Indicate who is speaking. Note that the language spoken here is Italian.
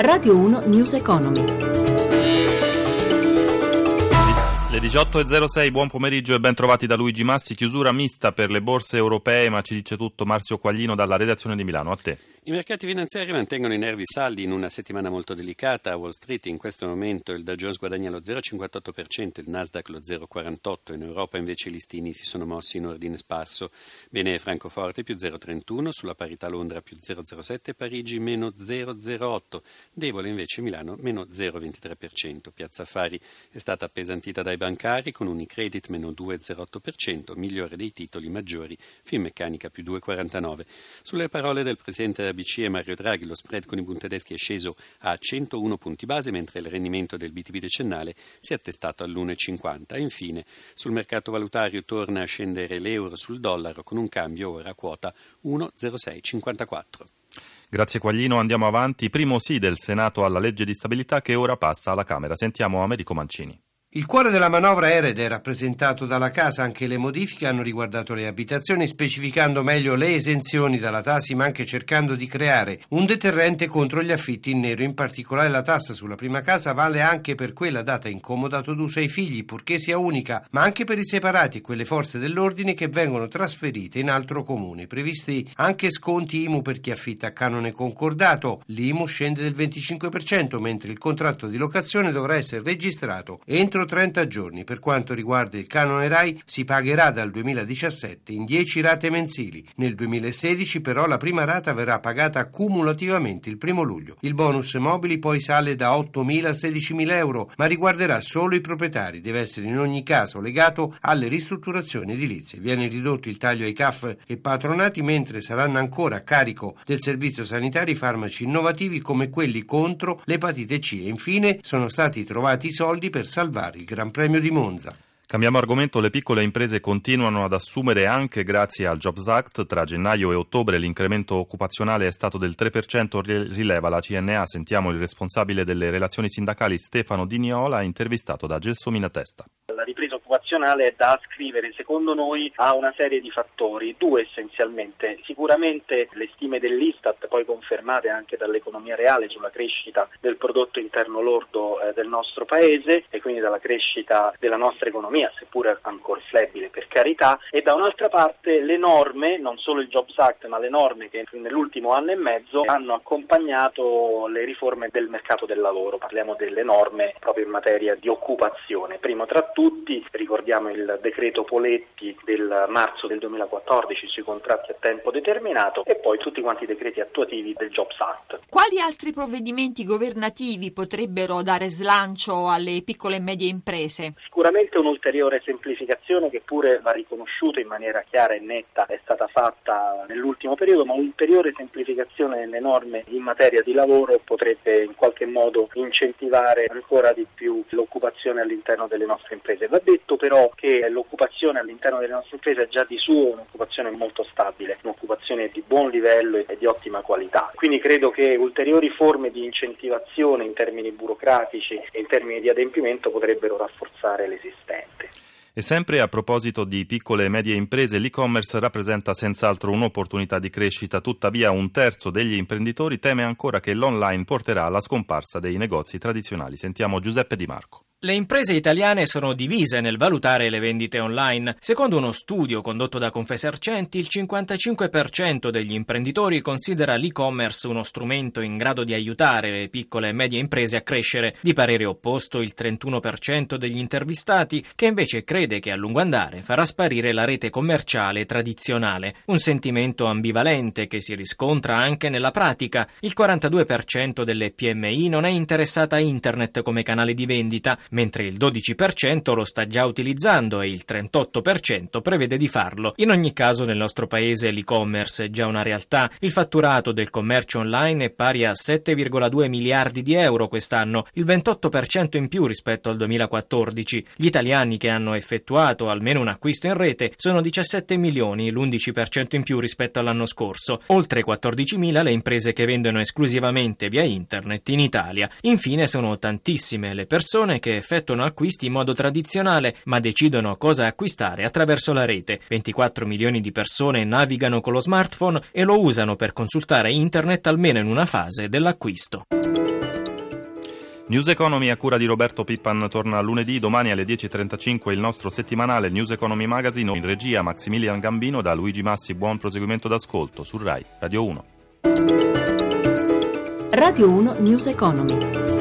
Speaker 1: Radio 1 News Economy.
Speaker 2: Le 18.06, buon pomeriggio e ben trovati da Luigi Massi. Chiusura mista per le borse europee, ma ci dice tutto Marzio Quaglino dalla redazione di Milano. A te.
Speaker 3: I mercati finanziari mantengono i nervi saldi in una settimana molto delicata. A Wall Street in questo momento il Dow Jones guadagna lo 0,58%, il Nasdaq lo 0,48%, in Europa invece i listini si sono mossi in ordine sparso. Bene Francoforte più 0,31%, sulla parità Londra più 0,07%, Parigi meno 0,08%, debole invece Milano meno 0,23%. Piazza Affari è stata appesantita dai bancari con Unicredit meno 2,08%, migliore dei titoli maggiori, Finmeccanica più 2,49%. Sulle parole del presidente della BCE Mario Draghi, lo spread con i Bund tedeschi è sceso a 101 punti base, mentre il rendimento del BTP decennale si è attestato all'1,50. E infine, sul mercato valutario torna a scendere l'euro sul dollaro con un cambio ora a quota 1,0654.
Speaker 2: Grazie Quaglino, andiamo avanti. Primo sì del Senato alla legge di stabilità che ora passa alla Camera. Sentiamo Americo Mancini.
Speaker 4: Il cuore della manovra era ed è rappresentato dalla Casa. Anche le modifiche hanno riguardato le abitazioni, specificando meglio le esenzioni dalla Tasi, ma anche cercando di creare un deterrente contro gli affitti in nero. In particolare la tassa sulla prima casa vale anche per quella data in comodato d'uso ai figli, purché sia unica, ma anche per i separati e quelle forze dell'ordine che vengono trasferite in altro comune. Previsti anche sconti IMU per chi affitta a canone concordato. L'IMU scende del 25%, mentre il contratto di locazione dovrà essere registrato entro 30 giorni. Per quanto riguarda il canone RAI, si pagherà dal 2017 in 10 rate mensili. Nel 2016 però la prima rata verrà pagata cumulativamente il 1 luglio. Il bonus mobili poi sale da 8.000 a 16.000 euro, ma riguarderà solo i proprietari. Deve essere in ogni caso legato alle ristrutturazioni edilizie. Viene ridotto il taglio ai CAF e patronati, mentre saranno ancora a carico del servizio sanitario i farmaci innovativi come quelli contro l'epatite C. E infine sono stati trovati i soldi per salvare il Gran Premio di Monza.
Speaker 2: Cambiamo argomento, le piccole imprese continuano ad assumere anche grazie al Jobs Act. Tra gennaio e ottobre l'incremento occupazionale è stato del 3%, rileva la CNA. Sentiamo il responsabile delle relazioni sindacali Stefano Di Niola, intervistato da Gelsomina Testa.
Speaker 5: La ripresa occupazionale è da ascrivere, secondo noi, a una serie di fattori, due essenzialmente. Sicuramente le stime dell'Istat, poi confermate anche dall'economia reale sulla crescita del prodotto interno lordo del nostro paese e quindi dalla crescita della nostra economia, seppure ancora flebile per carità, e da un'altra parte le norme, non solo il Jobs Act, ma le norme che nell'ultimo anno e mezzo hanno accompagnato le riforme del mercato del lavoro. Parliamo delle norme proprio in materia di occupazione. Primo tra tutti ricordiamo il decreto Poletti del marzo del 2014 sui contratti a tempo determinato e poi tutti quanti i decreti attuativi del Jobs Act.
Speaker 6: Quali altri provvedimenti governativi potrebbero dare slancio alle piccole e medie imprese?
Speaker 5: Sicuramente un'ulteriore semplificazione che pure va riconosciuta in maniera chiara e netta è stata fatta nell'ultimo periodo, ma un'ulteriore semplificazione nelle norme in materia di lavoro potrebbe in qualche modo incentivare ancora di più l'occupazione all'interno delle nostre imprese. Va detto però che l'occupazione all'interno delle nostre imprese è già di suo un'occupazione molto stabile, un'occupazione di buon livello e di ottima qualità. Quindi credo che ulteriori forme di incentivazione in termini burocratici e in termini di adempimento potrebbero rafforzare l'esistente.
Speaker 2: E sempre a proposito di piccole e medie imprese, l'e-commerce rappresenta senz'altro un'opportunità di crescita. Tuttavia un terzo degli imprenditori teme ancora che l'online porterà alla scomparsa dei negozi tradizionali. Sentiamo Giuseppe Di Marco.
Speaker 7: Le imprese italiane sono divise nel valutare le vendite online. Secondo uno studio condotto da Confesercenti, il 55% degli imprenditori considera l'e-commerce uno strumento in grado di aiutare le piccole e medie imprese a crescere. Di parere opposto il 31% degli intervistati, che invece crede che a lungo andare farà sparire la rete commerciale tradizionale. Un sentimento ambivalente che si riscontra anche nella pratica. Il 42% delle PMI non è interessata a internet come canale di vendita, mentre il 12% lo sta già utilizzando e il 38% prevede di farlo. In ogni caso nel nostro paese l'e-commerce è già una realtà. Il fatturato del commercio online è pari a 7,2 miliardi di euro quest'anno, il 28% in più rispetto al 2014. Gli italiani che hanno effettuato almeno un acquisto in rete sono 17 milioni, l'11% in più rispetto all'anno scorso. Oltre 14.000 le imprese che vendono esclusivamente via internet in Italia. Infine sono tantissime le persone che effettuano acquisti in modo tradizionale, ma decidono cosa acquistare attraverso la rete. 24 milioni di persone navigano con lo smartphone e lo usano per consultare internet almeno in una fase dell'acquisto.
Speaker 2: News Economy a cura di Roberto Pippan torna lunedì, domani alle 10.35 il nostro settimanale News Economy Magazine, in regia Maximilian Gambino, da Luigi Massi. Buon proseguimento d'ascolto su Rai Radio 1.
Speaker 1: Radio 1 News Economy.